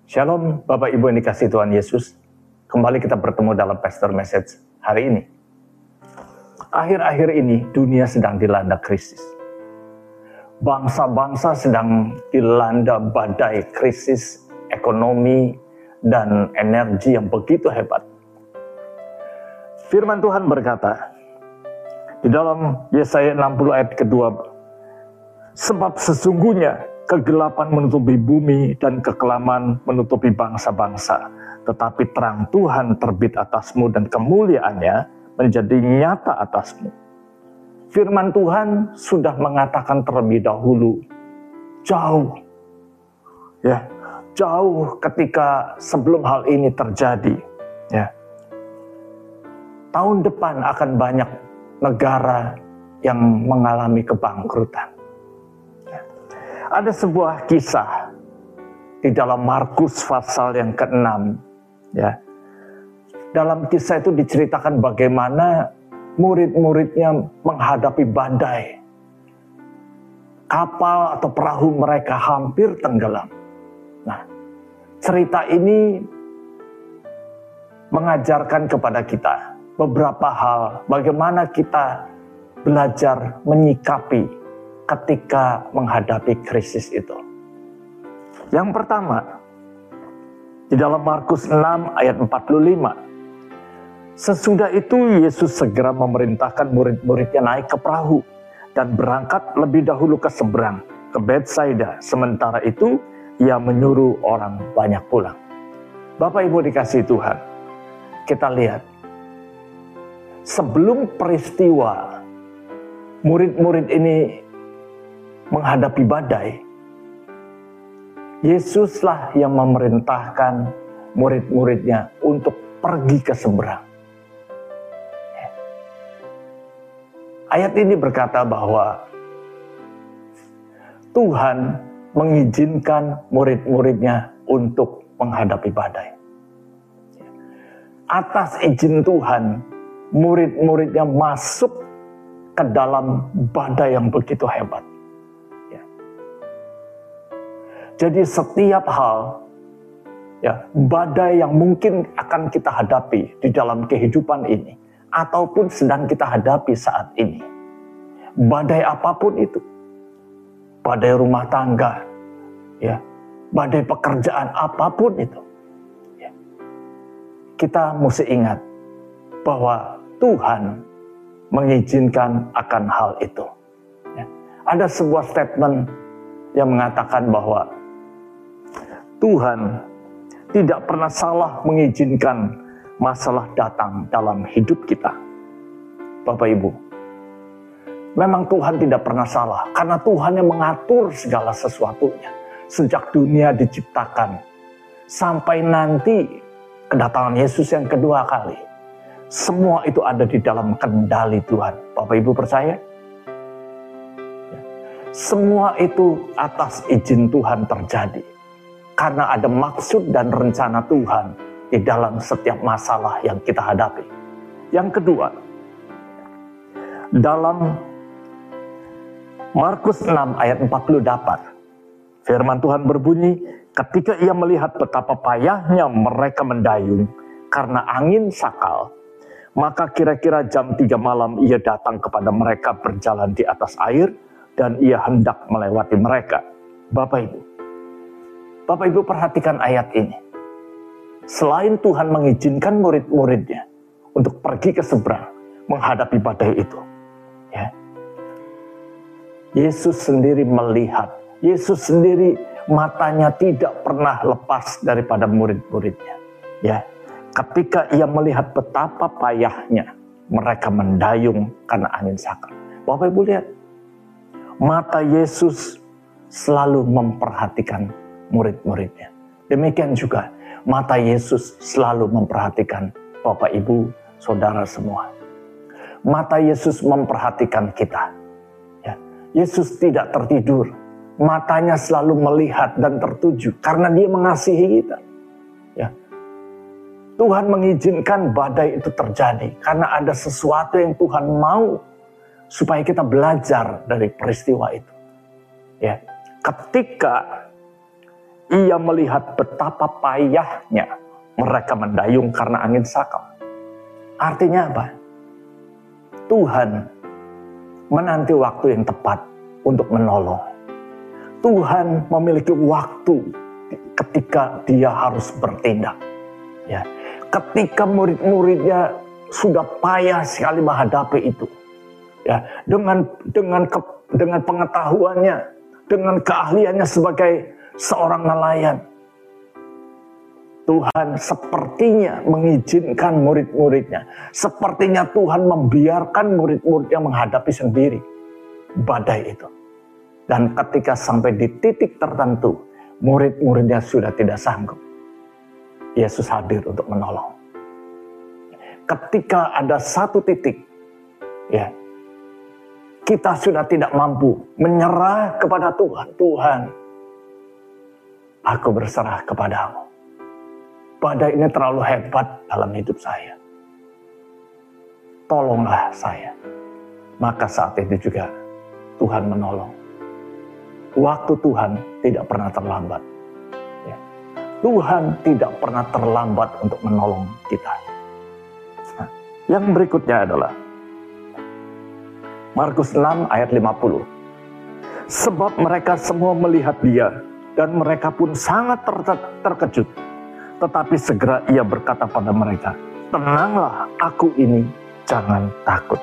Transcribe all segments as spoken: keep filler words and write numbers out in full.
Shalom Bapak Ibu yang dikasihi Tuhan Yesus. Kembali kita bertemu dalam Pastor Message hari ini. Akhir-akhir ini dunia sedang dilanda krisis. Bangsa-bangsa sedang dilanda badai krisis ekonomi dan energi yang begitu hebat. Firman Tuhan berkata di dalam Yesaya enam puluh ayat kedua, sebab sesungguhnya kegelapan menutupi bumi dan kekelaman menutupi bangsa-bangsa. Tetapi terang Tuhan terbit atasmu dan kemuliaannya menjadi nyata atasmu. Firman Tuhan sudah mengatakan terlebih dahulu, jauh, ya, jauh ketika sebelum hal ini terjadi. Ya. Tahun depan akan banyak negara yang mengalami kebangkrutan. Ada sebuah kisah di dalam Markus pasal yang keenam, ya. Dalam kisah itu diceritakan bagaimana murid-muridnya menghadapi badai. Kapal atau perahu mereka hampir tenggelam. Nah, cerita ini mengajarkan kepada kita beberapa hal, bagaimana kita belajar menyikapi ketika menghadapi krisis itu. Yang pertama, di dalam Markus enam ayat empat puluh lima. Sesudah itu Yesus segera memerintahkan murid-muridnya naik ke perahu dan berangkat lebih dahulu ke seberang, ke Betsaida. Sementara itu ia menyuruh orang banyak pulang. Bapak Ibu dikasihi Tuhan, kita lihat sebelum peristiwa murid-murid ini menghadapi badai, Yesuslah yang memerintahkan murid-muridnya untuk pergi ke seberang. Ayat ini berkata bahwa Tuhan mengizinkan murid-muridnya untuk menghadapi badai. Atas izin Tuhan, murid-muridnya masuk ke dalam badai yang begitu hebat. Jadi setiap hal, ya, badai yang mungkin akan kita hadapi di dalam kehidupan ini, ataupun sedang kita hadapi saat ini, badai apapun itu, badai rumah tangga, ya, badai pekerjaan apapun itu, ya, kita mesti ingat bahwa Tuhan mengizinkan akan hal itu. Ya. Ada sebuah statement yang mengatakan bahwa Tuhan tidak pernah salah mengizinkan masalah datang dalam hidup kita. Bapak Ibu, memang Tuhan tidak pernah salah, karena Tuhan yang mengatur segala sesuatunya. Sejak dunia diciptakan, sampai nanti kedatangan Yesus yang kedua kali. Semua itu ada di dalam kendali Tuhan. Bapak Ibu percaya? Semua itu atas izin Tuhan terjadi. Karena ada maksud dan rencana Tuhan di dalam setiap masalah yang kita hadapi. Yang kedua, dalam Markus enam ayat empat puluh delapan, firman Tuhan berbunyi, ketika ia melihat betapa payahnya mereka mendayung karena angin sakal, maka kira-kira jam tiga malam ia datang kepada mereka berjalan di atas air, dan ia hendak melewati mereka. Bapak Ibu, Bapak Ibu perhatikan ayat ini. Selain Tuhan mengizinkan murid-muridnya untuk pergi ke seberang menghadapi badai itu, ya, Yesus sendiri melihat, Yesus sendiri matanya tidak pernah lepas daripada murid-muridnya. Ya, ketika ia melihat betapa payahnya mereka mendayung karena angin sakal. Bapak Ibu lihat, mata Yesus selalu memperhatikan murid-muridnya. Demikian juga mata Yesus selalu memperhatikan Bapak Ibu, Saudara semua. Mata Yesus memperhatikan kita. Ya. Yesus tidak tertidur. Matanya selalu melihat dan tertuju karena Dia mengasihi kita. Ya. Tuhan mengizinkan badai itu terjadi karena ada sesuatu yang Tuhan mau supaya kita belajar dari peristiwa itu. Ya. Ketika ia melihat betapa payahnya mereka mendayung karena angin sakal. Artinya apa? Tuhan menanti waktu yang tepat untuk menolong. Tuhan memiliki waktu ketika dia harus bertindak. Ya, ketika murid-muridnya sudah payah sekali menghadapi itu, ya, dengan dengan ke, dengan pengetahuannya, dengan keahliannya sebagai seorang nelayan, Tuhan sepertinya mengizinkan murid-muridnya, sepertinya Tuhan membiarkan murid-muridnya menghadapi sendiri badai itu. Dan ketika sampai di titik tertentu, murid-muridnya sudah tidak sanggup, Yesus hadir untuk menolong. Ketika ada satu titik, ya, kita sudah tidak mampu menyerah kepada Tuhan. Tuhan, aku berserah kepadamu. Badai ini terlalu hebat dalam hidup saya. Tolonglah saya. Maka saat itu juga Tuhan menolong. Waktu Tuhan tidak pernah terlambat. Ya. Tuhan tidak pernah terlambat untuk menolong kita. Nah, yang berikutnya adalah Markus enam ayat lima puluh. Sebab mereka semua melihat dia dan mereka pun sangat ter- terkejut. Tetapi segera ia berkata pada mereka, tenanglah, aku ini, jangan takut.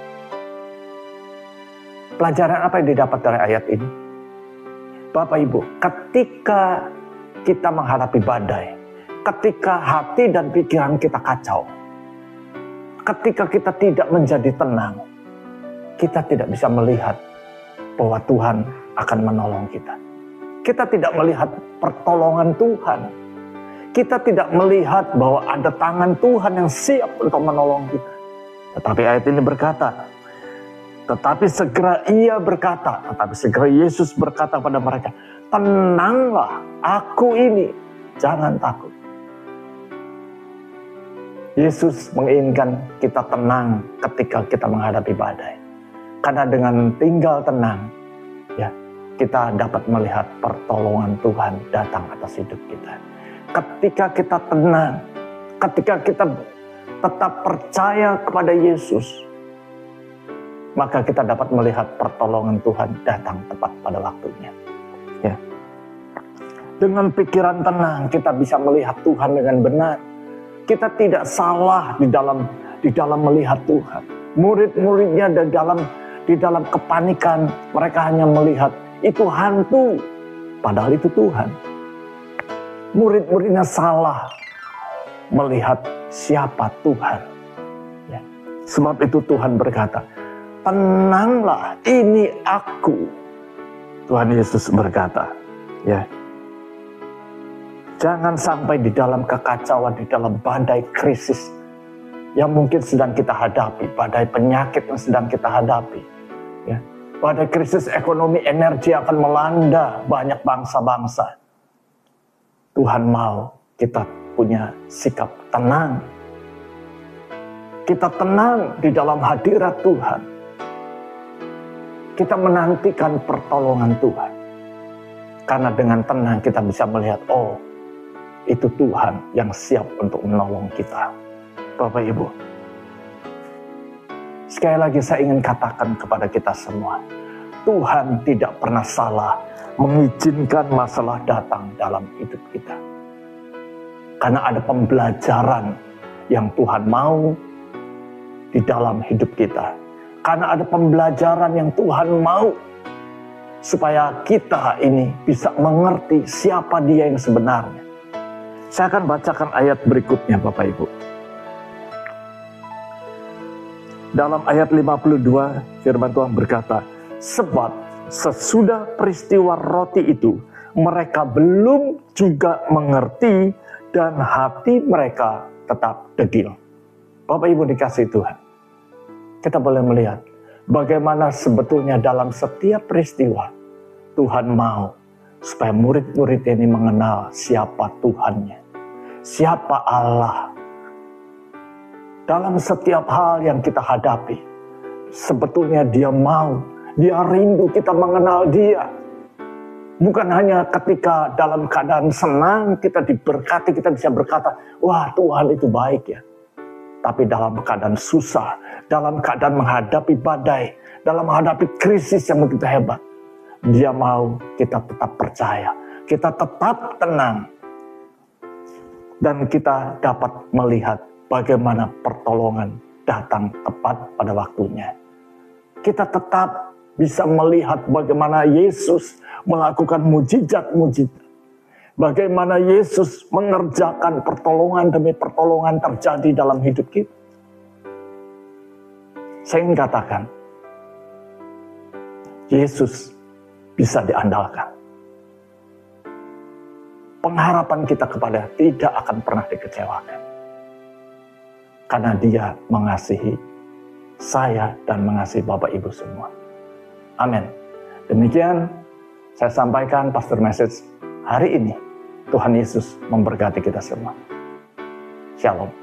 Pelajaran apa yang didapat dari ayat ini? Bapak Ibu, ketika kita menghadapi badai, ketika hati dan pikiran kita kacau, ketika kita tidak menjadi tenang, kita tidak bisa melihat bahwa Tuhan akan menolong kita. Kita tidak melihat pertolongan Tuhan. Kita tidak melihat bahwa ada tangan Tuhan yang siap untuk menolong kita. Tetapi ayat ini berkata, tetapi segera ia berkata, tetapi segera Yesus berkata pada mereka, tenanglah, aku ini, jangan takut. Yesus menginginkan kita tenang ketika kita menghadapi badai. Karena dengan tinggal tenang, ya, kita dapat melihat pertolongan Tuhan datang atas hidup kita. Ketika kita tenang, ketika kita tetap percaya kepada Yesus, maka kita dapat melihat pertolongan Tuhan datang tepat pada waktunya. Ya. Dengan pikiran tenang, kita bisa melihat Tuhan dengan benar. Kita tidak salah di dalam di dalam melihat Tuhan. Murid-muridnya di dalam di dalam kepanikan, mereka hanya melihat itu hantu, padahal itu Tuhan. Murid-muridnya salah melihat siapa Tuhan. Ya. Sebab itu Tuhan berkata, tenanglah, ini aku. Tuhan Yesus berkata, ya, jangan sampai di dalam kekacauan, di dalam badai krisis yang mungkin sedang kita hadapi, badai penyakit yang sedang kita hadapi, ya, badai krisis ekonomi, energi akan melanda banyak bangsa-bangsa. Tuhan mau kita punya sikap tenang. Kita tenang di dalam hadirat Tuhan. Kita menantikan pertolongan Tuhan. Karena dengan tenang kita bisa melihat, oh, itu Tuhan yang siap untuk menolong kita. Bapak Ibu, sekali lagi saya ingin katakan kepada kita semua, Tuhan tidak pernah salah mengizinkan masalah datang dalam hidup kita. Karena ada pembelajaran yang Tuhan mau di dalam hidup kita. Karena ada pembelajaran yang Tuhan mau supaya kita ini bisa mengerti siapa Dia yang sebenarnya. Saya akan bacakan ayat berikutnya, Bapak Ibu. Dalam ayat lima puluh dua, firman Tuhan berkata, sebab sesudah peristiwa roti itu, mereka belum juga mengerti dan hati mereka tetap degil. Bapak Ibu dikasih Tuhan, kita boleh melihat bagaimana sebetulnya dalam setiap peristiwa Tuhan mau supaya murid-murid ini mengenal siapa Tuhannya, siapa Allah. Dalam setiap hal yang kita hadapi, sebetulnya Dia mau, Dia rindu kita mengenal Dia. Bukan hanya ketika dalam keadaan senang kita diberkati, kita bisa berkata, wah Tuhan itu baik ya. Tapi dalam keadaan susah, dalam keadaan menghadapi badai, dalam menghadapi krisis yang begitu hebat, Dia mau kita tetap percaya, kita tetap tenang. Dan kita dapat melihat bagaimana pertolongan datang tepat pada waktunya. Kita tetap bisa melihat bagaimana Yesus melakukan mujizat-mujizat. Bagaimana Yesus mengerjakan pertolongan demi pertolongan terjadi dalam hidup kita. Saya ingin katakan, Yesus bisa diandalkan. Pengharapan kita kepada tidak akan pernah dikecewakan. Karena Dia mengasihi saya dan mengasihi Bapak Ibu semua. Amin. Demikian saya sampaikan pastor message hari ini. Tuhan Yesus memberkati kita semua. Shalom.